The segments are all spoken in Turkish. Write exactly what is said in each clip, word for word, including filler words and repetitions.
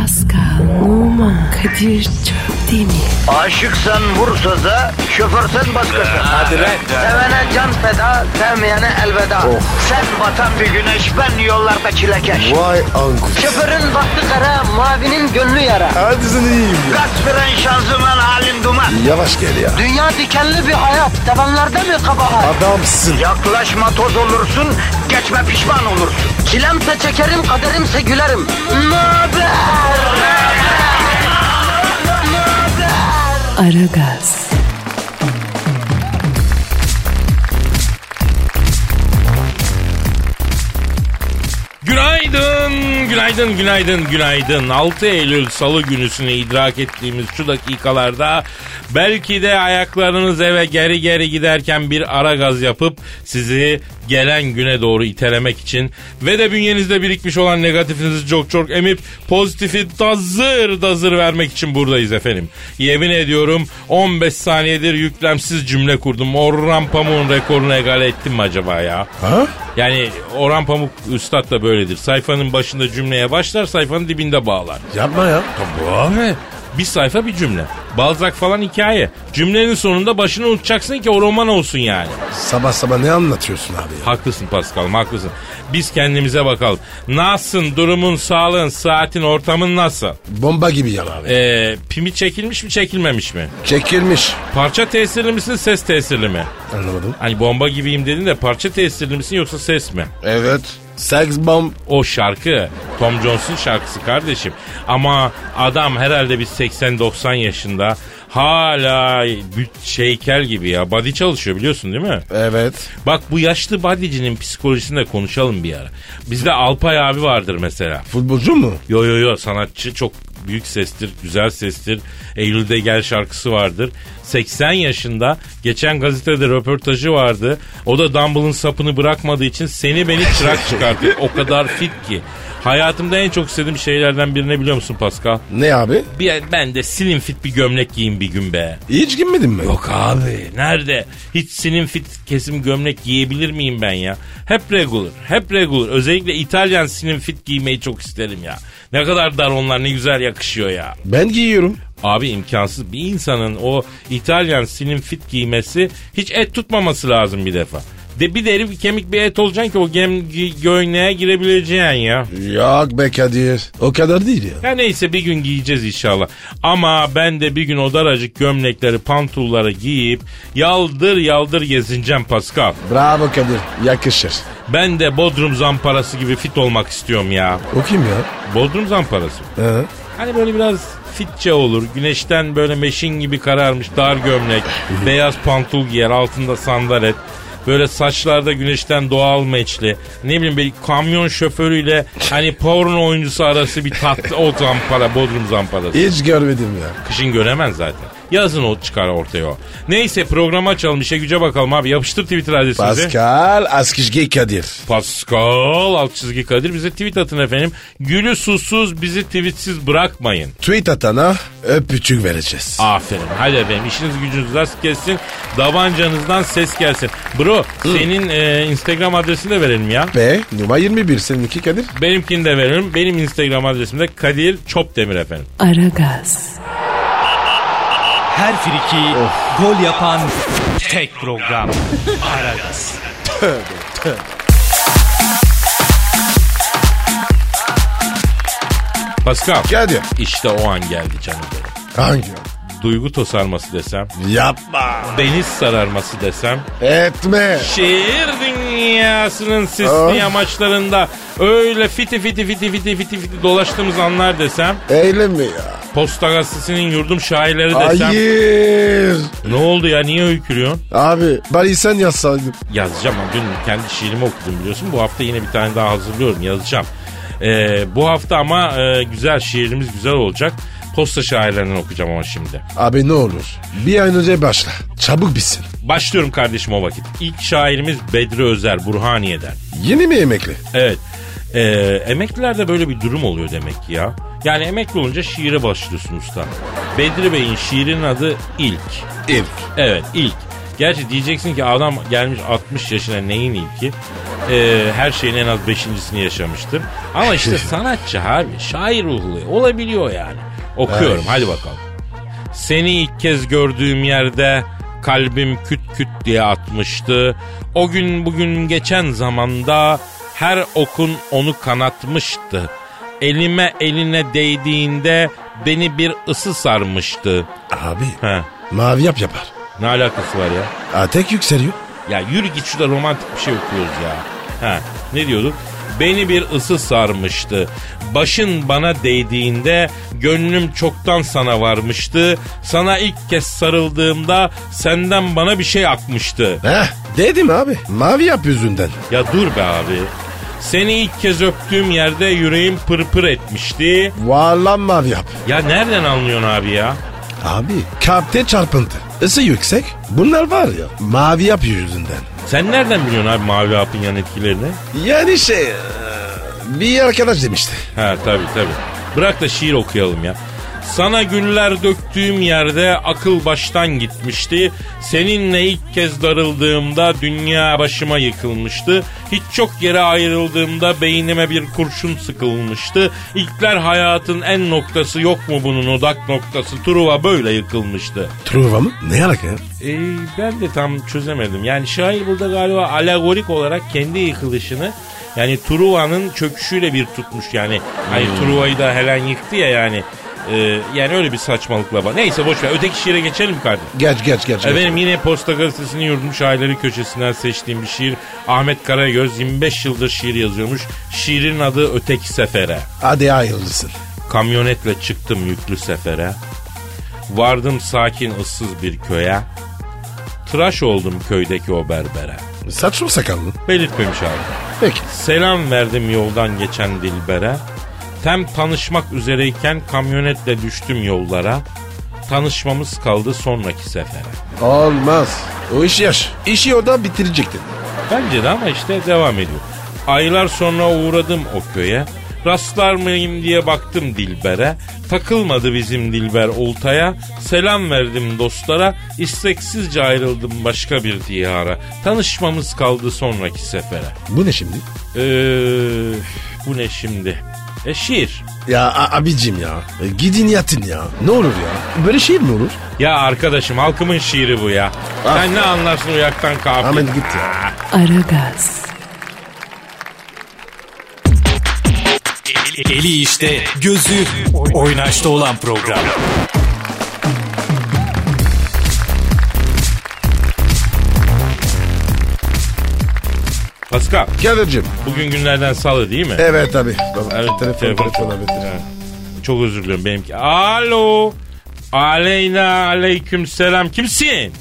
Pascal, Oman, Kadir çok değil mi? Aşıksan vursa da, şoförsen başkasın. Hadi lan. Sevene can feda, sevmeyene elveda. Oh. Sen batan bir güneş, ben yollarda çilekeş. Vay anku. Şoförün baktı kara, mavinin gönlü yara. Hadi sen iyiyim ya. Kasperen şanzıman halin duman. Yavaş gel ya. Dünya dikenli bir hayat, sevenlerde mi kabahar? Adamsın. Yaklaşma toz olursun, geçme pişman olursun. Çilemse çekerim, kaderimse gülerim. Möber! Aragaz. Günaydın, günaydın, günaydın, günaydın. altı Eylül Salı günüsünü idrak ettiğimiz şu dakikalarda belki de ayaklarınız eve geri geri giderken bir ara gaz yapıp sizi gelen güne doğru itelemek için ve de bünyenizde birikmiş olan negatifinizi çok çok emip pozitifi dazır dazır vermek için buradayız efendim. Yemin ediyorum on beş saniyedir yüklemsiz cümle kurdum. Orhan Pamuk'un rekorunu egale ettim mi acaba ya? Ha? Yani Orhan Pamuk üstad da böyledir. Sayfanın başında cümleye başlar, sayfanın dibinde bağlar. Yapma ya. Tabii abi. Bir sayfa bir cümle. Balzac falan hikaye. Cümlenin sonunda başını unutacaksın ki o roman olsun yani. Sabah sabah ne anlatıyorsun abi ya? Haklısın Pascal, haklısın. Biz kendimize bakalım. Nasılsın, durumun, sağlığın, saatin, ortamın nasıl? Bomba gibi ya abi. Ee, pimi çekilmiş mi çekilmemiş mi? Çekilmiş. Parça tesirli misin, ses tesirli mi? Anlamadım. Hani bomba gibiyim dedin de parça tesirli misin yoksa ses mi? Evet. Sex bomb. O şarkı Tom Jones'un şarkısı kardeşim. Ama adam herhalde bir seksen doksan yaşında hala şeykel gibi ya. Body çalışıyor biliyorsun değil mi? Evet. Bak bu yaşlı bodycinin psikolojisinde konuşalım bir ara. Bizde Alpay abi vardır mesela. Futbolcu mu? Yo yo yo sanatçı, çok büyük sestir, güzel sestir. Eylül'de Gel şarkısı vardır. seksen yaşında, geçen gazetede röportajı vardı. O da dumbbell'ın sapını bırakmadığı için seni beni çırak çıkartıyor. O kadar fit ki. Hayatımda en çok istediğim şeylerden birine biliyor musun Pascal? Ne abi? Bir, ben de slim fit bir gömlek giyeyim bir gün be. Hiç giymedin mi? Yok abi, nerede? Hiç slim fit kesim gömlek giyebilir miyim ben ya? Hep regular, hep regular. Özellikle İtalyan slim fit giymeyi çok isterim ya. Ne kadar dar onlar, ne güzel yakışıyor ya. Ben giyiyorum. Abi imkansız. Bir insanın o İtalyan slim fit giymesi hiç et tutmaması lazım bir defa. De bir deri bir kemik bir et olacaksın ki o gem, göğneğe girebileceğin ya. Yok be Kadir. O kadar değil ya. Ya neyse bir gün giyeceğiz inşallah. Ama ben de bir gün o daracık gömlekleri, pantolları giyip yaldır yaldır gezineceğim Pascal. Bravo Kadir. Yakışır. Ben de Bodrum zamparası gibi fit olmak istiyorum ya. O kim ya? Bodrum zamparası. He. Hani böyle biraz fitçe olur. Güneşten böyle meşin gibi kararmış dar gömlek. Beyaz pantol giyer, altında sandalet. Böyle saçlarda güneşten doğal meçli. Ne bileyim bir kamyon şoförüyle hani porno oyuncusu arası bir tatlı o zampara, Bodrum zamparası. Hiç görmedim ya. Kışın göremez zaten. Yazın o çıkar ortaya o. Neyse programı açalım, işe güce bakalım abi. Yapıştır Twitter adresimizi. Pascal Askizgi Kadir. Pascal alt çizgi Kadir. Bize tweet atın efendim. Gülü susuz bizi tweetsiz bırakmayın. Tweet atana öpücük vereceğiz. Aferin. Hadi efendim işiniz gücünüz rast gelsin. Davancanızdan ses gelsin. Bro Hı. senin e, Instagram adresini de verelim ya. Ve numara yirmi bir seninki Kadir. Benimkini de verelim. Benim Instagram adresim de Kadir Çopdemir efendim. Aragaz. Her friki of. Gol yapan tek program. Aragaz. Tövbe tövbe. Pascal. Geldi. İşte o an geldi canım benim. Hangi? Duygu tosarması desem. Yapma. Deniz sararması desem. Etme. Şehir dünyasının sisli oh. yamaçlarında öyle fiti fiti fiti fiti fiti fiti dolaştığımız anlar desem. Eyleme ya. Posta Gazetesi'nin yurdum şairleri desem. Hayır. Ne oldu ya, niye öykürüyorsun? Abi bari sen yazsaydın. Yazacağım ama dün kendi şiirimi okudum biliyorsun. Bu hafta yine bir tane daha hazırlıyorum, yazacağım. Ee, bu hafta ama e, güzel şiirimiz güzel olacak. Posta şairlerinden okuyacağım ama şimdi. Abi ne olur bir an önce başla. Çabuk bitsin. Başlıyorum kardeşim o vakit. İlk şairimiz Bedri Özer, Burhaniye'den. Yeni mi emekli? Evet. Ee, emeklilerde böyle bir durum oluyor demek ki ya. Yani emekli olunca şiire başlıyorsun usta. Bedri Bey'in şiirinin adı İlk. İlk. Evet ilk. Gerçi diyeceksin ki adam gelmiş altmış yaşına, neyin ilki? e, her şeyin en az beşincisini yaşamıştır. Ama işte sanatçı abi, şair ruhlu olabiliyor yani. Okuyorum, hadi bakalım. Seni ilk kez gördüğüm yerde kalbim küt küt diye atmıştı. O gün bugün geçen zamanda her okun onu kanatmıştı. Elime eline değdiğinde beni bir ısı sarmıştı. Abi He. mavi yap yapar. Ne alakası var ya? Atek yükseliyor. Ya yürü git şurada romantik bir şey okuyoruz ya. Ha, ne diyorduk? Beni bir ısı sarmıştı. Başın bana değdiğinde gönlüm çoktan sana varmıştı. Sana ilk kez sarıldığımda senden bana bir şey akmıştı. Heh dedim abi. Mavi yap yüzünden. Ya dur be abi. Seni ilk kez öptüğüm yerde yüreğim pırpır etmişti. Vallahi mavi yap. Ya nereden anlıyorsun abi ya? Abi kalpte çarpıntı. Isı yüksek. Bunlar var ya mavi yap yüzünden. Sen nereden biliyorsun abi mavi hapın yan etkilerini? Yani şey bir arkadaş demişti. Ha tabii tabii. Bırak da şiir okuyalım ya. Sana güller döktüğüm yerde akıl baştan gitmişti. Seninle ilk kez darıldığımda dünya başıma yıkılmıştı. Hiç çok yere ayrıldığımda beynime bir kurşun sıkılmıştı. İlkler hayatın en noktası yok mu bunun odak noktası? Truva böyle yıkılmıştı. Truva mı? Ne alaka ya? Ee, ben de tam çözemedim. Yani şair burada galiba alegorik olarak kendi yıkılışını yani Truva'nın çöküşüyle bir tutmuş yani. Hani Truva'yı da Helen yıktı ya yani. Ee, yani öyle bir saçmalıkla var. Neyse boş ver. Öteki şiire geçelim mi kardeşim? Geç geç geç. Efendim yine Posta Gazetesi'nin yurdum şairleri köşesinden seçtiğim bir şiir. Ahmet Karagöz yirmi beş yıldır şiir yazıyormuş. Şiirin adı Öteki Sefere. Hadi hayırlısın. Kamyonetle çıktım yüklü sefere. Vardım sakin ıssız bir köye. Tıraş oldum köydeki o berbere. Saçma sakallı. Belirtmemiş abi. Peki. Selam verdim yoldan geçen dilbere. Tem tanışmak üzereyken kamyonetle düştüm yollara. Tanışmamız kaldı sonraki sefere. Olmaz. O işi yaş. İşi orada bitirecektin. Bence de ama işte devam ediyor. Aylar sonra uğradım o köye. Rastlar mıyım diye baktım dilbere. Takılmadı bizim dilber oltaya. Selam verdim dostlara. İsteksizce ayrıldım başka bir diyara. Tanışmamız kaldı sonraki sefere. Bu ne şimdi? Eee bu ne şimdi? E şiir. Ya a- abicim ya. E, gidin yatın ya. Ne olur ya? Böyle şiir mi olur? Ya arkadaşım halkımın şiiri bu ya. Ah. Sen ne anlarsın uyaktan kalk. Aman git ya. Aragaz, Eli işte, gözü oynaşta olan program. Pascal, Kadir'cim. bugün günlerden salı değil mi? Evet abi. Baba, Evet, telefon, telefon- telefon, evet, telefon. Evet. Çok özür diliyorum benimki. Alo. Aleyna aleyküm selam. Kimsin?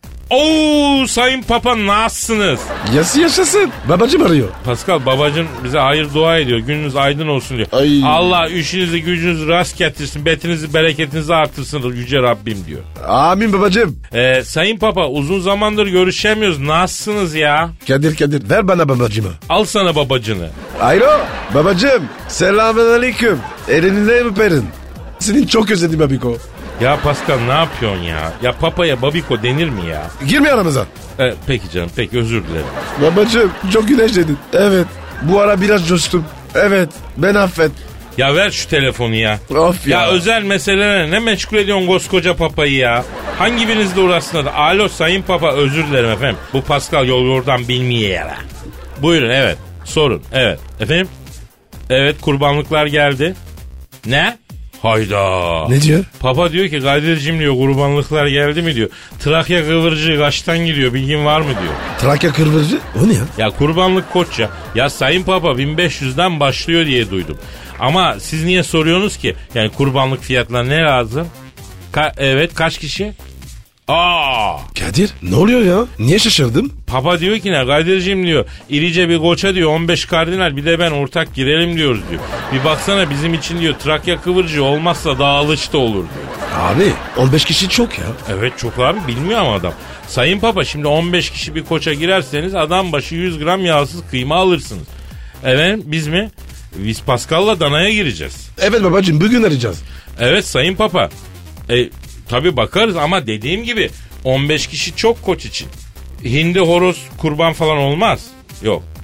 Oo sayın papa nasılsınız? Yası yaşasın. Babacım arıyor. Pascal babacın bize hayır dua ediyor. Gününüz aydın olsun diyor. Ay. Allah işinizi gücünüzü rast getirsin. Betinizi bereketinizi artırsın yüce Rabbim diyor. Amin babacım. Ee, sayın papa uzun zamandır görüşemiyoruz. Nasılsınız ya? Kadir Kadir ver bana babacımı. Al sana babacını. Alo babacım. Selamünaleyküm. Elinize öperim. Seni çok özledim abiko. Ya Pascal ne yapıyorsun ya? Ya papaya babiko denir mi ya? Girme aramıza. Ee, peki canım peki özür dilerim. Babacım çok güneşledin. Evet. Bu ara biraz coştum. Evet. Ben affet. Ya ver şu telefonu ya. Of ya. Ya özel meselelerine ne meşgul ediyorsun koskoca papayı ya? Hangi birinizle uğraşsın da? Alo sayın papa özür dilerim efendim. Bu Pascal yol yordan bilmiyor ya. Buyurun evet sorun evet. Efendim? Evet kurbanlıklar geldi. Ne? Hayda. Ne diyor? Papa diyor ki Kadir'cim diyor kurbanlıklar geldi mi diyor. Trakya kıvırcığı kaçtan gidiyor bilgin var mı diyor. Trakya kırvırcı? O ne ya? Ya kurbanlık koç ya. Ya sayın papa bin beş yüzden başlıyor diye duydum. Ama siz niye soruyorsunuz ki? Yani kurbanlık fiyatları ne lazım? Ka- evet kaç kişi? Aa! Kadir ne oluyor ya? Niye şaşırdın? Papa diyor ki ne Kadir'cim diyor. İrice bir koça diyor on beş kardinal bir de ben ortak girelim diyoruz diyor. Bir baksana bizim için diyor Trakya kıvırcığı olmazsa dağılış da olur diyor. Abi on beş kişi çok ya. Evet çok abi bilmiyor ama adam. Sayın Papa şimdi on beş kişi bir koça girerseniz adam başı yüz gram yağsız kıyma alırsınız. Efendim biz mi? Biz Pascal'la danaya gireceğiz. Evet babacığım bugün arayacağız. Evet Sayın Papa. E, tabii bakarız ama dediğim gibi on beş kişi çok koç için. Hindi, horoz, kurban falan olmaz. Yok.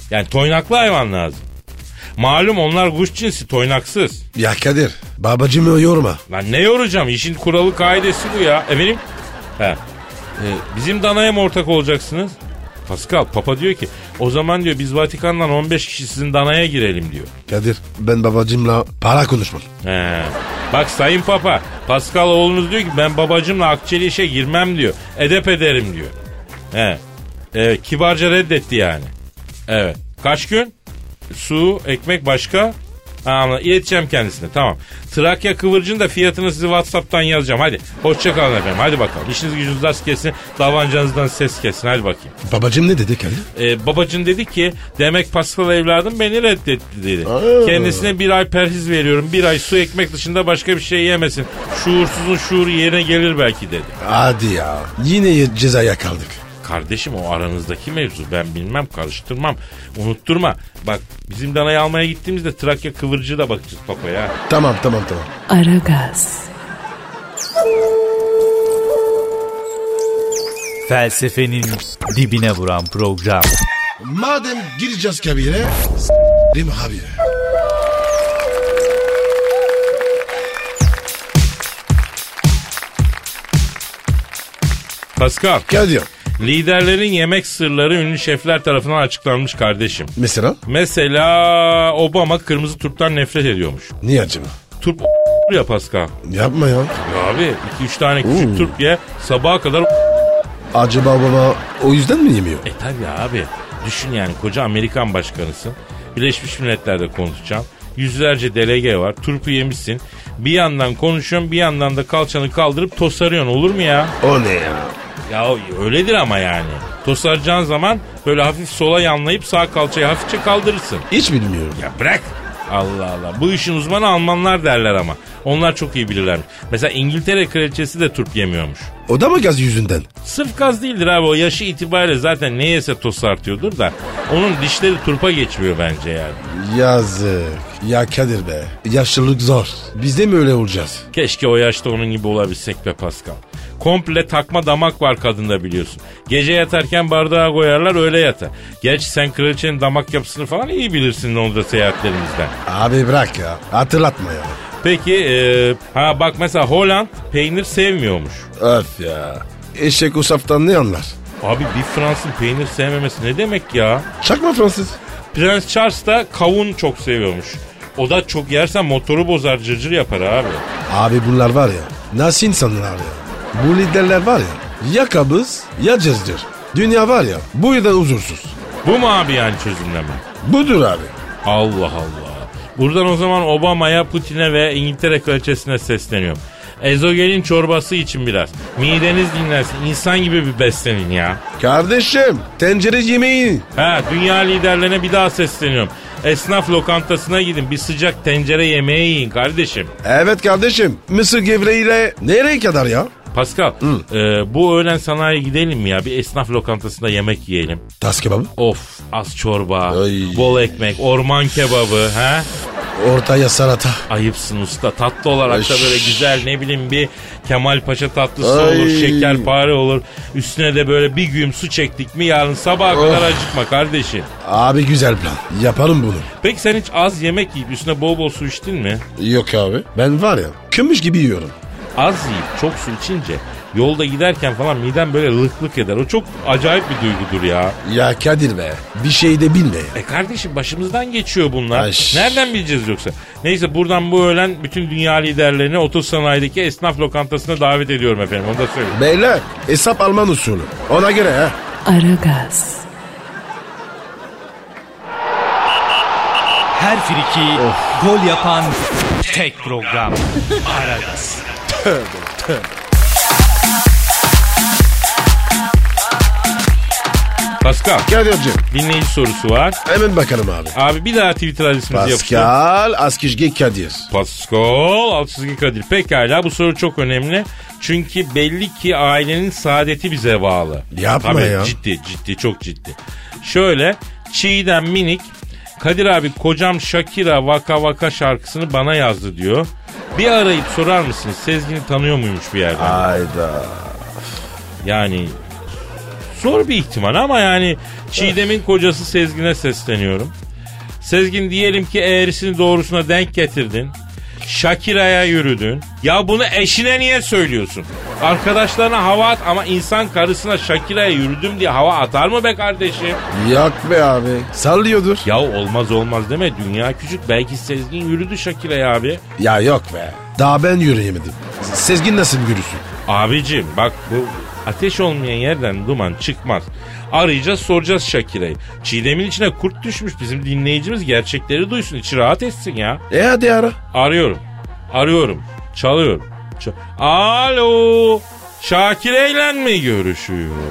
Yani toynaklı hayvan lazım. Malum onlar kuş cinsi, toynaksız. Ya Kadir babacımı yorma. Lan ne yoracağım? İşin kuralı kaidesi bu ya. Efendim? He. Ee, bizim danaya mı ortak olacaksınız? Pascal, Papa diyor ki o zaman diyor biz Vatikan'dan on beş kişi sizin danaya girelim diyor. Kadir ben babacımla para konuşmam. He. Bak Sayın Papa, Pascal oğlunuz diyor ki ben babacımla akçeli işe girmem diyor. Edep ederim diyor. He. Evet, kibarca reddetti yani. Evet. Kaç gün? Su, ekmek başka? Ha, anladım. İleteceğim kendisine, tamam. Trakya kıvırcın da fiyatını size WhatsApp'tan yazacağım. Hadi hoşçakalın efendim, hadi bakalım. İşiniz gücünüz rast kesin, davancanızdan ses kesin, hadi bakayım. Babacım ne dedi Kadir? Ee, babacın dedi ki demek Pascal evladım beni reddetti dedi. Aa. Kendisine bir ay perhiz veriyorum. Bir ay su ekmek dışında başka bir şey yemesin. Şuursuzun şuuru yerine gelir belki dedi. Hadi ya yine cezaya kaldık. Kardeşim o aranızdaki mevzu, ben bilmem, karıştırmam, unutturma. Bak bizim danayı almaya gittiğimizde Trakya kıvırcığı da bakacağız Papa'ya. Tamam tamam tamam. Aragaz. Felsefenin dibine vuran program. Madem gireceğiz kabire s***rim abi. Pascal, Kadir. liderlerin yemek sırları ünlü şefler tarafından açıklanmış kardeşim. Mesela? Mesela Obama kırmızı turptan nefret ediyormuş. Niye acaba? Turp ya Pascal. Yapma ya. Ya abi iki üç tane küçük Oo. turp ye, sabaha kadar. Acaba baba o yüzden mi yemiyor? E tabi abi. Düşün yani, koca Amerikan başkanısın. Birleşmiş Milletler'de konuşacaksın. Yüzlerce delege var. Turpu yemişsin. Bir yandan konuşuyorsun, bir yandan da kalçanı kaldırıp tosarıyorsun. Olur mu ya? O ne ya? Ya öyledir ama yani. Tosaracağın zaman böyle hafif sola yanlayıp sağ kalçayı hafifçe kaldırırsın. Hiç bilmiyorum. Ya bırak. Allah Allah. Bu işin uzmanı Almanlar derler ama. Onlar çok iyi bilirler. Mesela İngiltere kraliçesi de turp yemiyormuş. O da mı gaz yüzünden? Sırf gaz değildir abi, o yaşı itibariyle zaten ne yese tosartıyordur da onun dişleri turpa geçmiyor bence yani. Yazık. Ya Kadir be. Yaşlılık zor. Biz de mi öyle olacağız? Keşke o yaşta onun gibi olabilsek be Pascal. Komple takma damak var kadında biliyorsun. Gece yatarken bardağa koyarlar öyle yatar. Gerçi sen kraliçenin damak yapısını falan iyi bilirsin Londra seyahatlerimizden. Abi bırak ya. Hatırlatma ya. Peki e, ha bak mesela Holland peynir sevmiyormuş. Öf ya. Eşek o saftan ne anlar? Abi bir Fransızın peynir sevmemesi ne demek ya? Çakma Fransız. Prens Charles da kavun çok seviyormuş. O da çok yersen motoru bozar, cırcır yapar abi. Abi bunlar var ya. Nasıl insanlar ya? Bu liderler var ya. Ya kabız ya cızdır. Dünya var ya bu yüzden huzursuz. Bu mu abi yani çözümleme? Budur abi. Allah Allah. Buradan o zaman Obama'ya, Putin'e ve İngiltere kraliçesine sesleniyorum. Ezogelin çorbası için biraz. Mideniz dinlensin. İnsan gibi bir beslenin ya. Kardeşim tencere yemeği. Ha, dünya liderlerine bir daha sesleniyorum. Esnaf lokantasına gidin, bir sıcak tencere yemeği yiyin kardeşim. Evet kardeşim. Mısır gevreğiyle nereye kadar ya? Pascal, e, bu öğlen sanayiye gidelim mi ya? Bir esnaf lokantasında yemek yiyelim. Tas kebabı. Of, az çorba, Ay. bol ekmek, orman kebabı, ha? Ortaya salata. Ayıpsın usta. Tatlı olarak da Ay. böyle güzel, ne bileyim, bir Kemal Paşa tatlısı Ay. olur, şekerpare olur. Üstüne de böyle bir güğüm su çektik mi yarın sabaha kadar acıkma kardeşim. Abi güzel plan. Yapalım bunu. Peki sen hiç az yemek yiyip üstüne bol bol su içtin mi? Yok abi. Ben var ya kömüş gibi yiyorum. Az yiyip çok su içince yolda giderken falan miden böyle lık lık eder. O çok acayip bir duygudur ya. Ya Kadir be. Bir şey de bilme ya. E kardeşim başımızdan geçiyor bunlar. Ay. Nereden bileceğiz yoksa? Neyse buradan bu öğlen bütün dünya liderlerini otosanayideki esnaf lokantasına davet ediyorum efendim. Onu da söyleyeyim. Beyler hesap Alman usulü. Ona göre ha. Aragaz. Her friki gol yapan tek program. Aragaz. Pascal, Kadir'cim dinleyici sorusu var. hemen bakalım abi. Abi bir daha Twitter adresimizi yapıştır. Pascal Askizgi Kadir. Pascal Altçizgi Kadir. Pekala, bu soru çok önemli. Çünkü belli ki ailenin saadeti bize bağlı. Yapma Tabii, ya. Ciddi ciddi çok ciddi. Şöyle Çiğdem Minik, Kadir abi kocam Shakira Vaka Vaka şarkısını bana yazdı diyor. Bir arayıp sorar mısınız Sezgin'i tanıyor muymuş bir yerden? Hayda. Yani zor bir ihtimal ama yani Çiğdem'in kocası Sezgin'e sesleniyorum. Sezgin, diyelim ki eğrisini doğrusuna denk getirdin. Shakira'ya yürüdün. Ya bunu eşine niye söylüyorsun? Arkadaşlarına hava at ama insan karısına Shakira'ya yürüdüm diye hava atar mı be kardeşim? Yok be abi. Sallıyordur. Ya olmaz olmaz deme, dünya küçük, belki Sezgin yürüdü Shakira'ya abi. Ya yok be. Daha ben yürüyemedim. Sezgin nasıl yürüsün? Abicim bak, bu ateş olmayan yerden duman çıkmaz. Arayacağız, soracağız Shakira'yı. Çiğdem'in içine kurt düşmüş, bizim dinleyicimiz gerçekleri duysun, içi rahat etsin ya. E hadi ara. Arıyorum. Arıyorum. Çalıyorum. Ç- Alo. Şakire'yle mi görüşüyorum?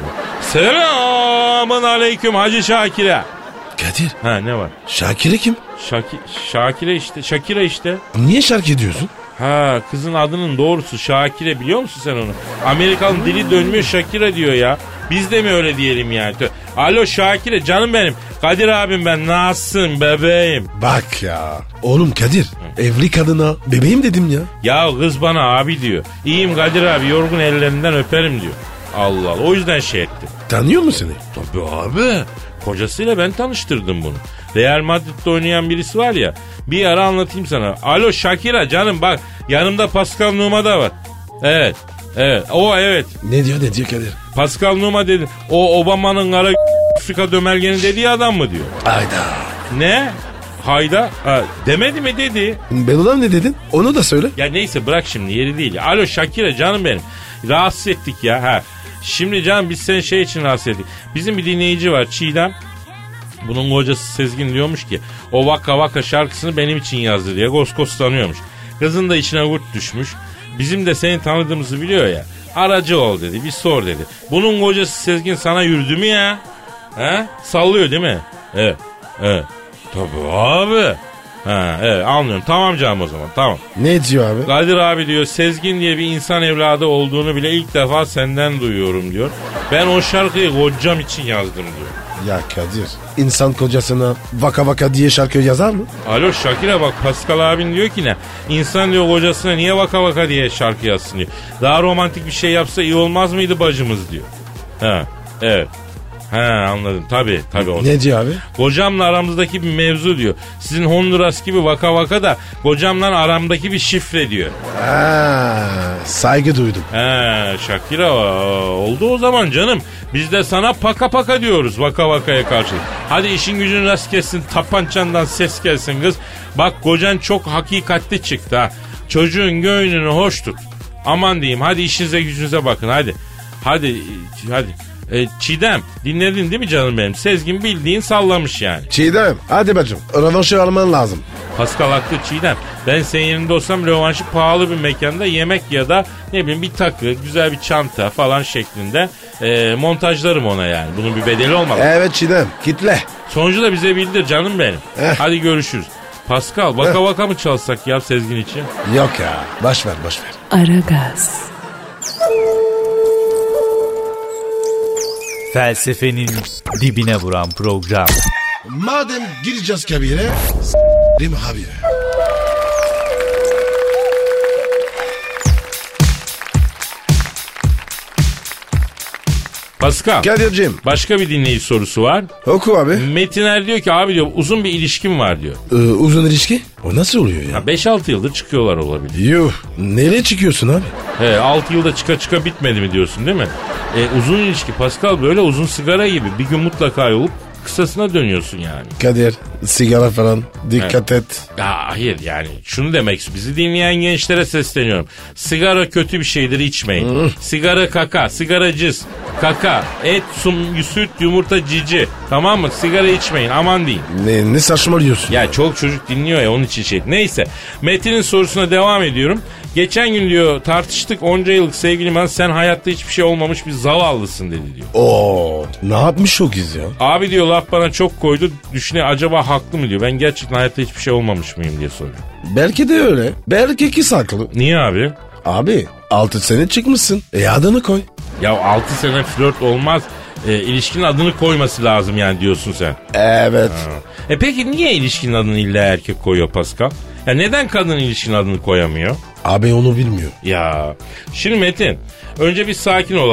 Selamın aleyküm Hacı Şakire. Kadir. Ha, ne var? Şakir'e kim? Şaki, Şakire işte. Şakire işte. Niye şarkı diyorsun? Ha, kızın adının doğrusu Şakire, biliyor musun sen onu? Amerikan dili dönmüyor, Şakire diyor ya. Biz de mi öyle diyelim yani? Alo Şakire, canım benim. Kadir abim ben, nasılsın bebeğim? Bak ya. Oğlum Kadir, evli kadına bebeğim dedim ya. Ya kız bana abi diyor. İyiyim Kadir abi, yorgun ellerinden öperim diyor. Allah Allah, o yüzden şey etti. Tanıyor mu seni? Tabii abi. Kocasıyla ben tanıştırdım bunu. Real Madrid'de oynayan birisi var ya. Bir ara anlatayım sana. Alo Shakira canım, bak yanımda Pascal Numa da var. Evet. Evet. O evet. Ne diyor ne diyor Kadir? Pascal Numa dedi. O Obama'nın kara Afrika dömelgeni dediği adam mı diyor. Hayda. Ne? Hayda. Ha, demedi mi dedi. Ben ona ne dedin? Onu da söyle. Ya neyse, bırak şimdi, yeri değil. Alo Shakira canım benim. Rahatsız ettik ya. Ha. Şimdi canım biz seni şey için rahatsız ettik. Bizim bir dinleyici var, Çiğdem. Bunun kocası Sezgin diyormuş ki o Vaka Vaka şarkısını benim için yazdı diye goskoslanıyormuş. Kızın da içine kurt düşmüş. Bizim de seni tanıdığımızı biliyor ya. Aracı ol dedi, bir sor dedi. Bunun kocası Sezgin sana yürüdü mü ya? He? Sallıyor değil mi? Evet. Evet. Tabii abi. Ha, evet anlıyorum. Tamam canım o zaman, tamam. Ne diyor abi? Kadir abi diyor, Sezgin diye bir insan evladı olduğunu bile ilk defa senden duyuyorum diyor. Ben o şarkıyı kocam için yazdım diyor. Ya Kadir, insan kocasına Vaka Vaka diye şarkı yazar mı? Alo Şakir'e bak, Pascal abin diyor ki ne? İnsan diyor kocasına niye Vaka Vaka diye şarkı yazsın diyor. Daha romantik bir şey yapsa iyi olmaz mıydı bacımız diyor. Ha, evet. He anladım, tabii tabii. O ne diyor abi? Kocamla aramızdaki bir mevzu diyor. Sizin Honduras gibi Vaka Vaka da kocamla aramdaki bir şifre diyor. Ha, saygı duydum. He Şakira, oldu o zaman canım. Biz de sana paka paka diyoruz Vaka Vaka'ya karşı. Hadi işin gücün rast gelsin, tapançandan ses gelsin kız. Bak kocan çok hakikatli çıktı ha. Çocuğun gönlünü hoş tut. Aman diyeyim, hadi işinize gücünüze bakın hadi. Hadi hadi. E, Çiğdem dinledin değil mi canım benim? Sezgin bildiğin sallamış yani. Çiğdem hadi bacım, rövanşı alman lazım. Pascal haklı Çiğdem. Ben senin yerinde olsam rövanşı pahalı bir mekanda yemek ya da ne bileyim bir takı, güzel bir çanta falan şeklinde e, montajlarım ona yani. Bunun bir bedeli olmalı. Evet Çiğdem, kitle. Sonucu da bize bildir canım benim. Eh. Hadi görüşürüz. Pascal Vaka eh. Vaka mı çalsak ya Sezgin için? Yok ya, boş ver boş ver. Aragaz. Felsefenin dibine vuran program. Madem gireceğiz kabire, s***rim habire. Pascal. Kadir'cim. Başka bir dinleyici sorusu var. Oku abi. Metiner diyor ki abi diyor uzun bir ilişkim var diyor. Ee, uzun ilişki? O nasıl oluyor ya? ya beş altı yıldır çıkıyorlar olabilir. Yuh. Nereye çıkıyorsun abi? He, altı yılda çıka çıka bitmedi mi diyorsun değil mi? E, uzun ilişki Pascal böyle uzun sigara gibi bir gün mutlaka yolup kısasına dönüyorsun yani. Kadir sigara falan dikkat evet. et. Ya hayır yani şunu demek, bizi dinleyen gençlere sesleniyorum. Sigara kötü bir şeydir, içmeyin. Sigara kaka, sigara cız, kaka, et, sum, süt, yumurta, cici. Tamam mı? Sigara içmeyin, aman deyin. Ne, ne saçmalıyorsun? Ya çok çocuk dinliyor ya, onun için şey. Neyse Metin'in sorusuna devam ediyorum. Geçen gün diyor tartıştık, onca yıllık sevgilim ben, sen hayatta hiçbir şey olmamış bir zavallısın dedi diyor. Oo, ne yapmış o kız ya? Abi diyor laf bana çok koydu, düşünüyor acaba haklı mı diyor. Ben gerçekten hayatta hiçbir şey olmamış mıyım diye soruyor. Belki de öyle. Belki kız haklı. Niye abi? Abi altı sene çıkmışsın. E adını koy. Ya altı sene flört olmaz. E, ilişkinin adını koyması lazım yani diyorsun sen. Evet. Ha. E peki niye ilişkinin adını illa erkek koyuyor Pascal? Ya neden kadın ilişkinin adını koyamıyor? Abi onu bilmiyor. Ya şimdi Metin, önce bir sakin olalım.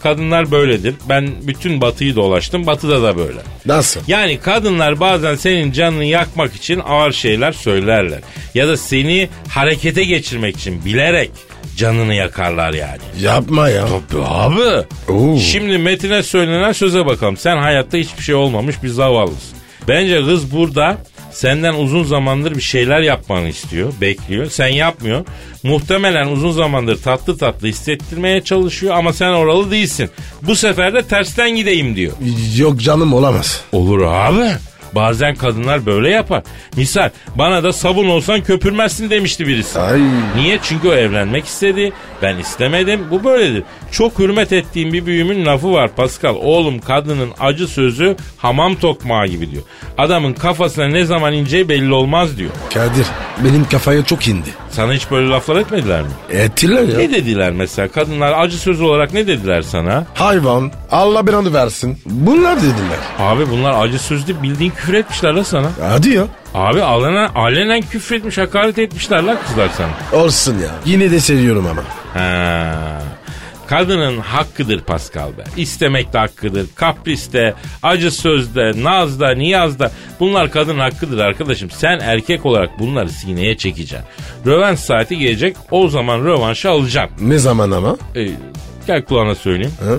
kadınlar böyledir. Ben bütün batıyı dolaştım. Batıda da böyle. Nasıl? Yani kadınlar bazen senin canını yakmak için ağır şeyler söylerler. Ya da seni harekete geçirmek için bilerek canını yakarlar yani. Yapma ya. Tabii abi. Oo. Şimdi Metin'e söylenen söze bakalım. Sen hayatta hiçbir şey olmamış bir zavallısın. Bence kız burada senden uzun zamandır bir şeyler yapmanı istiyor, bekliyor. Sen yapmıyor. Muhtemelen uzun zamandır tatlı tatlı hissettirmeye çalışıyor ama sen oralı değilsin. Bu sefer de tersten gideyim diyor. Yok canım, olamaz. Olur abi. Bazen kadınlar böyle yapar. Misal bana da sabun olsan köpürmezsin demişti birisi. Ay. Niye? Çünkü o evlenmek istedi. Ben istemedim. Bu böyledir. Çok hürmet ettiğim bir büyüğümün lafı var Pascal. Oğlum kadının acı sözü hamam tokmağı gibi diyor. Adamın kafasına ne zaman ineceği belli olmaz diyor. Kadir, benim kafaya çok indi. Sana hiç böyle laflar etmediler mi? Ettiler ya. Ne dediler mesela? Kadınlar acı sözü olarak ne dediler sana? Hayvan, Allah belanı versin. Bunlar dediler. Abi bunlar acı sözlü bildiğin küfür etmişler la sana. Hadi ya. Abi alenen, alenen küfür etmiş, hakaret etmişler la kızlar sana. Olsun ya. Yine de seviyorum ama. Ha. Kadının hakkıdır Pascal be. İstemek de hakkıdır. Kapriste, acı sözde, nazda, niyazda. Bunlar kadın hakkıdır arkadaşım. Sen erkek olarak bunları sineye çekeceksin. Rövanş saati gelecek. O zaman rövanşı alacaksın. Ne zaman ama? Ee, gel kulağına söyleyeyim. Ha?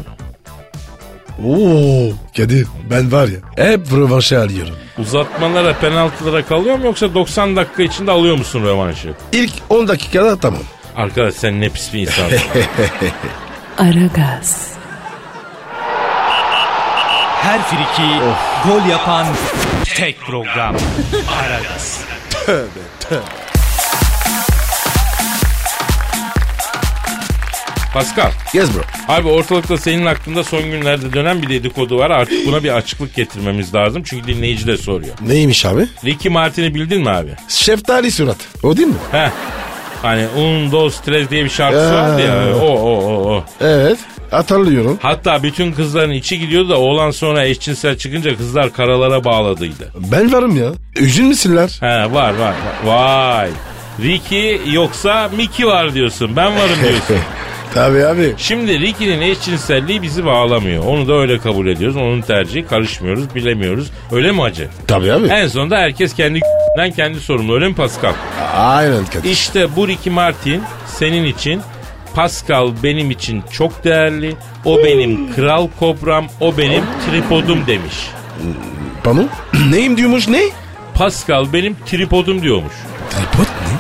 Oo, Kadir, ben var ya hep rövanşı alıyorum. Uzatmalara, penaltılara kalıyor mu yoksa doksan dakika içinde alıyor musun rövanşı? İlk on dakikada tamam. Arkadaş sen ne pis bir insansın. Aragaz. Her friki gol yapan tek program. Aragaz. Pascal. Yes bro. Abi ortalıkta senin hakkında son günlerde dönen bir dedikodu var. Artık buna bir açıklık getirmemiz lazım. Çünkü dinleyici de soruyor. Neymiş abi? Ricky Martin'i bildin mi abi? Şeftali surat. O değil mi? Heh. Hani Un, Dos, Tres diye bir şarkısı vardı ya. O, o, o, o. Evet. Hatırlıyorum. Hatta bütün kızların içi gidiyordu da oğlan sonra eşcinsel çıkınca kızlar karalara bağladıydı. Ben varım ya. Üzülmüşsünler. He var var. var. Vay. Ricky yoksa Mickey var diyorsun. Ben varım diyorsun. Tabii abi. Şimdi Ricky'nin eşcinselliği bizi bağlamıyor. Onu da öyle kabul ediyoruz. Onun tercihi, karışmıyoruz, bilemiyoruz. Öyle mi hacı? Tabii abi. En sonunda herkes kendi kendi sorumlu. Öyle mi Pascal? Aynen Kadir. İşte bu Ricky Martin senin için, Pascal benim için çok değerli. O benim kral kobram, o benim tripodum demiş. Pardon? Neyim diyormuş, ne? Pascal benim tripodum diyormuş. Tripod ne?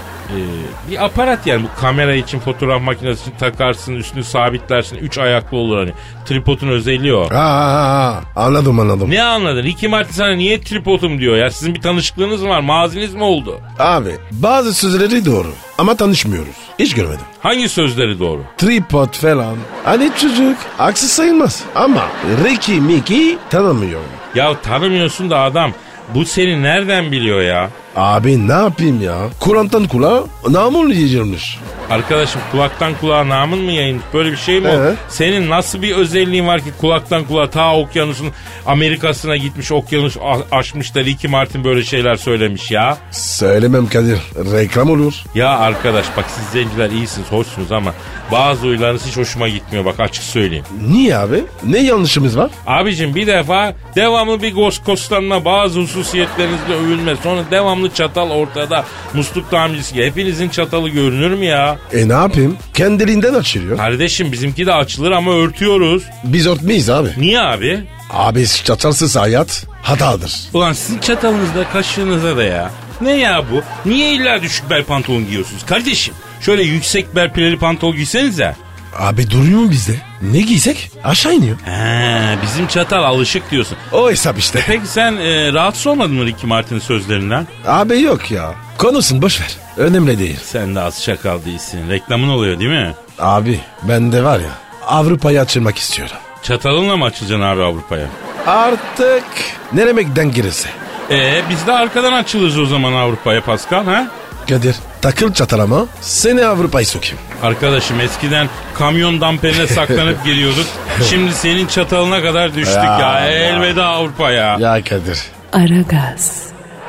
Ee, bir aparat yani, bu kamera için, fotoğraf makinesi için takarsın, üstünü sabitlersin, üç ayaklı olur hani. Tripodun özelliği o. Aa, anladım anladım. Ne anladın? Ricky Martin sana niye tripodum diyor ya? Sizin bir tanışıklığınız mı var? Maziniz mi oldu? Abi bazı sözleri doğru ama tanışmıyoruz. Hiç görmedim. Hangi sözleri doğru? Tripod falan. Hani çocuk. Haksız sayılmaz. Ama Ricky Mickey tanımıyorum. Ya tanımıyorsun da adam bu seni nereden biliyor ya? Abi ne yapayım ya? Kur'an'tan kulağa namul yiyeceğimmiş. Arkadaşım kulaktan kulağa namın mı yayılmış? Böyle bir şey mi o? Evet. Senin nasıl bir özelliğin var ki kulaktan kulağa ta okyanusun Amerika'sına gitmiş, okyanus a- aşmış da Ricky Martin böyle şeyler söylemiş ya? Söylemem Kadir. Reklam olur. Ya arkadaş bak siz zenciler iyisiniz, hoşsunuz ama bazı huylarınız hiç hoşuma gitmiyor, bak açık söyleyeyim. Niye abi? Ne yanlışımız var? Abicim bir defa devamlı bir goskoslanma, bazı hususiyetlerinizle övülme, sonra devamlı çatal ortada, musluk tamircisi gibi. Hepinizin çatalı görünür mü ya? E ne yapayım? Kendiliğinden açılıyor. Kardeşim bizimki de açılır ama örtüyoruz. Biz örtmeyiz abi. Niye abi? Abi çatalsız hayat hatadır. Ulan sizin çatalınızda, kaşığınıza da ya. Ne ya bu? Niye illa düşük bel pantolon giyiyorsunuz kardeşim? Şöyle yüksek bel pileli pantolon giysenize. Abi duruyor mu bizde? Ne giysek? Aşağı iniyor. He, bizim çatal alışık diyorsun. O hesap işte. Peki sen e, rahatsız olmadın mı Ricky Martin'in sözlerinden? Abi yok ya. Konusun boş ver. Önemli değil. Sen de az çakal değilsin. Reklamın oluyor değil mi? Abi ben de var ya Avrupa'yı açılmak istiyorum. Çatalınla mı açılacaksın abi Avrupa'ya? Artık neremekten girirse. Ee biz de arkadan açılırız o zaman Avrupa'ya Pascal ha? Kadir takıl çatalama seni Avrupa'yı sokayım. Arkadaşım eskiden kamyon damperine saklanıp geliyorduk. Şimdi senin çatalına kadar düştük Ya, ya. ya. Elveda Avrupa'ya. Ya Kadir. Aragaz.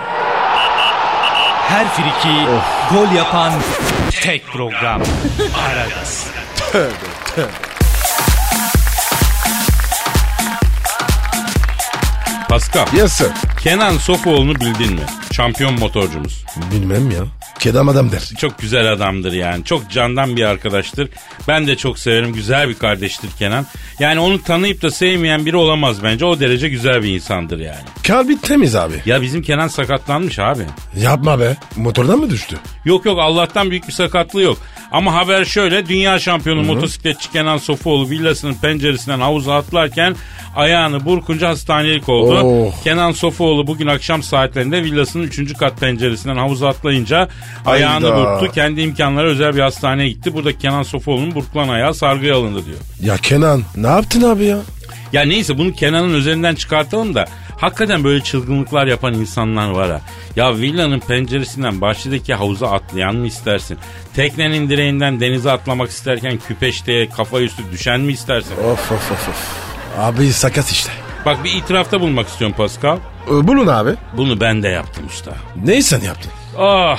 Her friki gol yapan tek program. Aragaz. Pascal. Yes sir. Kenan Sofuoğlu'nu bildin mi? Şampiyon motorcumuz. Bilmem ya. Kedam adam der. Çok güzel adamdır yani. Çok candan bir arkadaştır. Ben de çok severim. Güzel bir kardeştir Kenan. Yani onu tanıyıp da sevmeyen biri olamaz bence. O derece güzel bir insandır yani. Kalbi temiz abi. Ya bizim Kenan sakatlanmış abi. Yapma be. Motordan mı düştü? Yok yok, Allah'tan büyük bir sakatlığı yok. Ama haber şöyle: dünya şampiyonu motosikletçi Kenan Sofuoğlu villasının penceresinden havuza atlarken ayağını burkunca hastanelik oldu. Oh. Kenan Sofuoğlu bugün akşam saatlerinde villasının üçüncü kat penceresinden havuza atlayınca ayağını Hayda. burktu. Kendi imkanları özel bir hastaneye gitti. Burada Kenan Sofuoğlu'nun burkulan ayağı sargıya alındı diyor. Ya Kenan ne yaptın abi ya? Ya neyse, bunu Kenan'ın üzerinden çıkartalım da hakikaten böyle çılgınlıklar yapan insanlar var ha. Ya villanın penceresinden bahçedeki havuza atlayan mı istersin? Teknenin direğinden denize atlamak isterken küpeşteye kafa üstü düşen mi istersin? Of of of of. Abi sakat işte. Bak, bir itirafta bulunmak istiyorum Pascal. Ee, bulun abi. Bunu ben de yaptım usta. Neyi sen yaptın? Ah,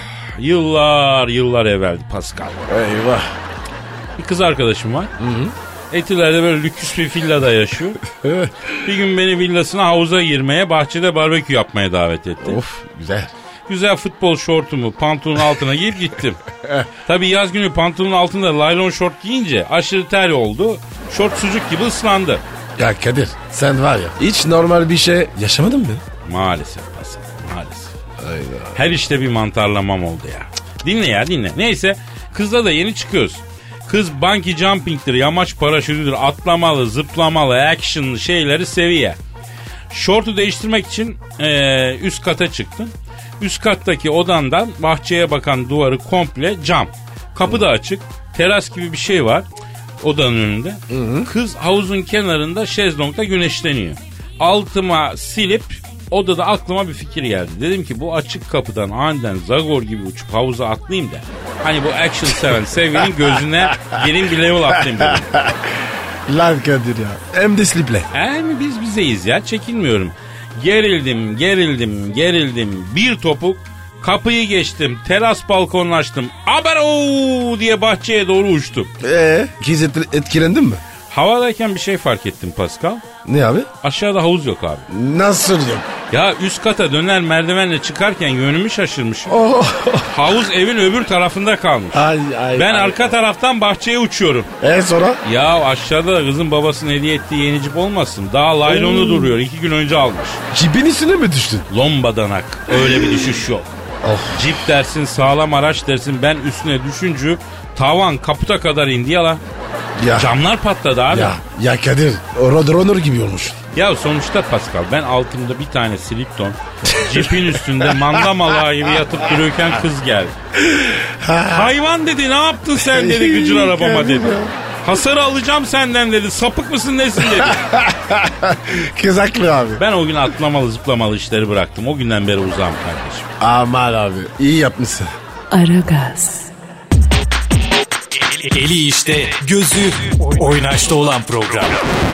yıllar yıllar evveldi Pascal. Eyvah. Bir kız arkadaşım var. Hı hı. Etiler'de böyle lüküs bir villada yaşıyor. Bir gün beni villasına havuza girmeye, bahçede barbekü yapmaya davet etti. Of güzel. Güzel futbol şortumu pantolonun altına giyip gittim. Tabii yaz günü pantolonun altında laylon şort giyince aşırı ter oldu. Şort sucuk gibi ıslandı. Ya Kadir sen var ya hiç normal bir şey yaşamadın mı? Maalesef Pascal, maalesef. Her işte bir mantarlamam oldu ya. Dinle ya dinle. Neyse, kızla da yeni çıkıyoruz. Kız bungee jumping'tir, yamaç paraşütüdür, atlamalı, zıplamalı, actionlı şeyleri seviyor. Şortu değiştirmek için ee, üst kata çıktım. Üst kattaki odandan bahçeye bakan duvarı komple cam. Kapı da açık. Teras gibi bir şey var odanın önünde. Hı hı. Kız havuzun kenarında şezlongda güneşleniyor. Altıma silip odada aklıma bir fikir geldi. Dedim ki bu açık kapıdan aniden Zagor gibi uçup havuza atlayayım da hani bu action seven sevgilinin gözüne gelin bir level atlayayım dedim. Lan Kadir ya. Hem de sliple. He mi, biz bizeyiz ya, çekinmiyorum. Gerildim, gerildim, gerildim. Bir topuk kapıyı geçtim, teras balkonunu açtım. Abaro diye bahçeye doğru uçtum. Eee kız et- etkilendin mi? Havadayken bir şey fark ettim Pascal. Ne abi? Aşağıda havuz yok abi. Nasıl yok? Ya üst kata döner merdivenle çıkarken yönümü şaşırmışım. Oh. Havuz evin öbür tarafında kalmış. Ay, ay, ben ay. arka taraftan bahçeye uçuyorum. E sonra? Ya aşağıda da kızın babasının hediye ettiği yeni cip olmasın. Daha laylonu Oo. duruyor. iki gün önce almış. Cibin üstüne mi düştün? Lombadanak. Öyle bir düşüş yok. Oh. Cip dersin, sağlam araç dersin. Ben üstüne düşünce tavan kaputa kadar indi ya lan. Ya. Camlar patladı abi. Ya, ya Kadir Roadrunner gibi olmuş. Ya sonuçta Pascal, ben altımda bir tane Slipton, cipin üstünde mandamala gibi yatıp duruyorken kız geldi. Hayvan dedi, ne yaptın sen dedi gıcır arabama dedi. Hasarı alacağım senden dedi, sapık mısın nesin dedi. Kız haklı abi. Ben o gün atlamalı zıplamalı işleri bıraktım. O günden beri uzağım kardeşim. Aman abi iyi yapmışsın. Aragaz. Eli işte, gözü oynaşta olan program.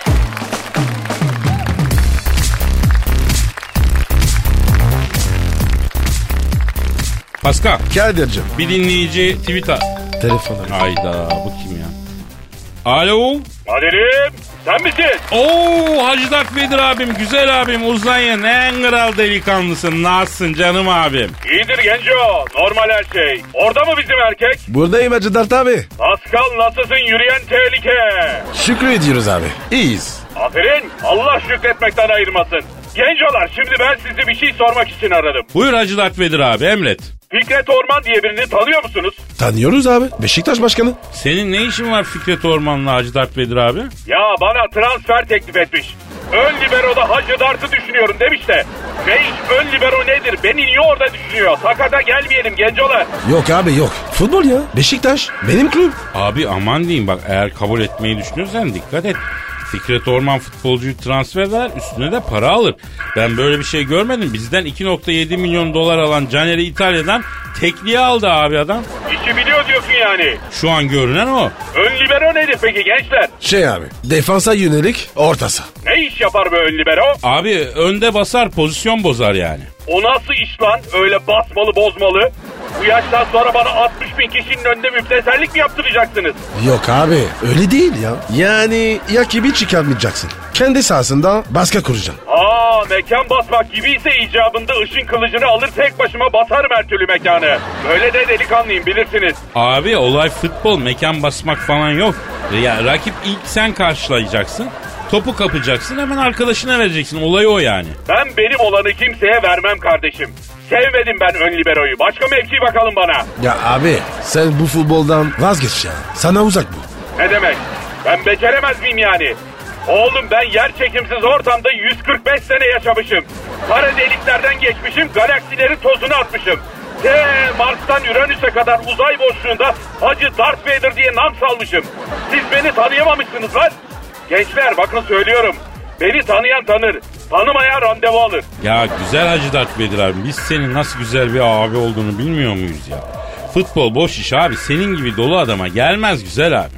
Pascal, Kadir'cim. bir dinleyici tweet at. Telefon arıyor. Hayda, bu kim ya? Alo. Kadir'im, sen misin? Oo, Hacı Dert Vedir abim, güzel abim, uzayın en kral delikanlısın. Nasılsın canım abim? İyidir Genco, normal her şey. Orada mı bizim erkek? Buradayım Hacı Dert abi. Pascal, nasılsın yürüyen tehlike? Şükrü ediyoruz abi. İyiyiz. Aferin, Allah şükretmekten ayırmasın. Gencolar, şimdi ben sizi bir şey sormak için aradım. Buyur Hacı Dert Vedir abi, emret. Fikret Orman diye birini tanıyor musunuz? Tanıyoruz abi. Beşiktaş başkanı. Senin ne işin var Fikret Orman'la Hacı Dert Vedir abi? Ya bana transfer teklif etmiş. Ön libero'da Hacı Dart'ı düşünüyorum demiş de. Ve iş ön libero nedir? Beni niye orada düşünüyor? Sakata gelmeyelim Gencolar. Yok abi yok. Futbol ya. Beşiktaş. Benim kulüp. Abi aman diyeyim bak, eğer kabul etmeyi düşünüyorsan dikkat et. Fikret Orman futbolcuyu transfer eder, üstüne de para alır. Ben böyle bir şey görmedim. Bizden iki nokta yedi milyon dolar alan Caner'i İtalya'dan tekliğe aldı abi adam. İşi biliyor diyorsun yani. Şu an görünen o. Ön libero nedir peki gençler? Şey abi. Defansa yönelik ortası. Ne iş yapar bu ön libero? Abi önde basar, pozisyon bozar yani. O nasıl iş lan? Öyle basmalı bozmalı. Bu yaştan sonra bana altmış bin kişinin önünde müptesellik mi yaptıracaksınız? Yok abi öyle değil ya. Yani rakibi çıkarmayacaksın. Kendi sahasında baskı kuracaksın. Aa, mekan basmak gibiyse icabında ışın kılıcını alır tek başıma basarım her türlü mekanı. Böyle de delikanlıyım bilirsiniz. Abi olay futbol, mekan basmak falan yok. Ya rakip ilk sen karşılayacaksın. Topu kapacaksın, hemen arkadaşına vereceksin. Olay o yani. Ben benim olanı kimseye vermem kardeşim. Sevmedim ben ön liberoyu. Başka mevki bakalım bana. Ya abi sen bu futboldan vazgeç ya. Sana uzak bu. Ne demek? Ben beceremez miyim yani? Oğlum ben yer çekimsiz ortamda yüz kırk beş sene yaşamışım. Kara deliklerden geçmişim, galaksilerin tozunu atmışım. Te Mars'tan Uranüs'e kadar uzay boşluğunda Hacı Darth Vader diye nam salmışım. Siz beni tanıyamamışsınız lan. Gençler bakın söylüyorum. Beni tanıyan tanır, tanımayan randevu alır. Ya güzel Hacı Dert Vedir abi, biz senin nasıl güzel bir abi olduğunu bilmiyor muyuz ya? Futbol boş iş abi, senin gibi dolu adama gelmez güzel abi.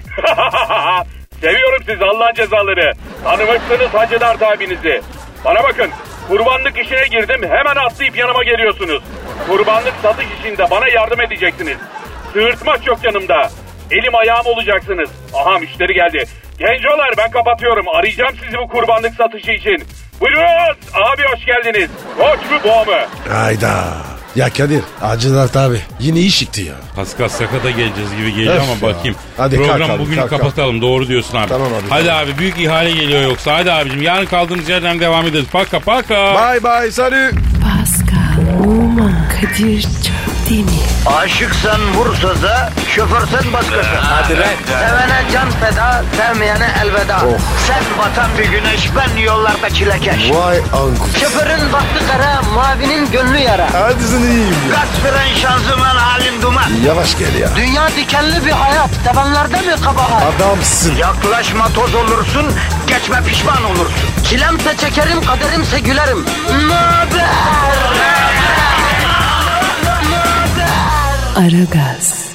Seviyorum sizi Allah'ın cezaları. Tanımışsınız Hacı Dert abinizi. Bana bakın, kurbanlık işine girdim, hemen atlayıp yanıma geliyorsunuz. Kurbanlık satış işinde bana yardım edeceksiniz. Sığırtmak yok yanımda. Elim ayağım olacaksınız. Aha müşteri geldi. Gencolar ben kapatıyorum. Arayacağım sizi bu kurbanlık satışı için. Buyurun. Abi hoş geldiniz. Koç mu boğa mı? Hayda. Ya Kadir Hacı abi yine iyi çıktı ya. Pascal sakata geleceğiz gibi geliyor Öf ama ya. bakayım. Hadi Program kalk abi, bugünü kalk, kapatalım. Doğru diyorsun abi. Tamam abi, Hadi tamam. abi büyük ihale geliyor yoksa. Hadi abicim yarın kaldığımız yerden devam ederiz. Paka paka. Bye bye salut. Pascal, Oman, Kadir çok değil mi? Aşıksan vursa da, şoförsen başkasın. Hadi lan. Sevene can feda, sevmeyene elveda. Sen batan bir güneş, ben yollarda çilekeş. Vay anku. Şoförün baktı kara, mavinin gönlü yara. Hadi sen iyiyim ya. Kasperen şanzıman halin duman. Yavaş gel ya. Dünya dikenli bir hayat, sevenlerde mi kabahar? Adamsın. Yaklaşma toz olursun, geçme pişman olursun. Çilemse çekerim, kaderimse gülerim. Möber! Aragaz.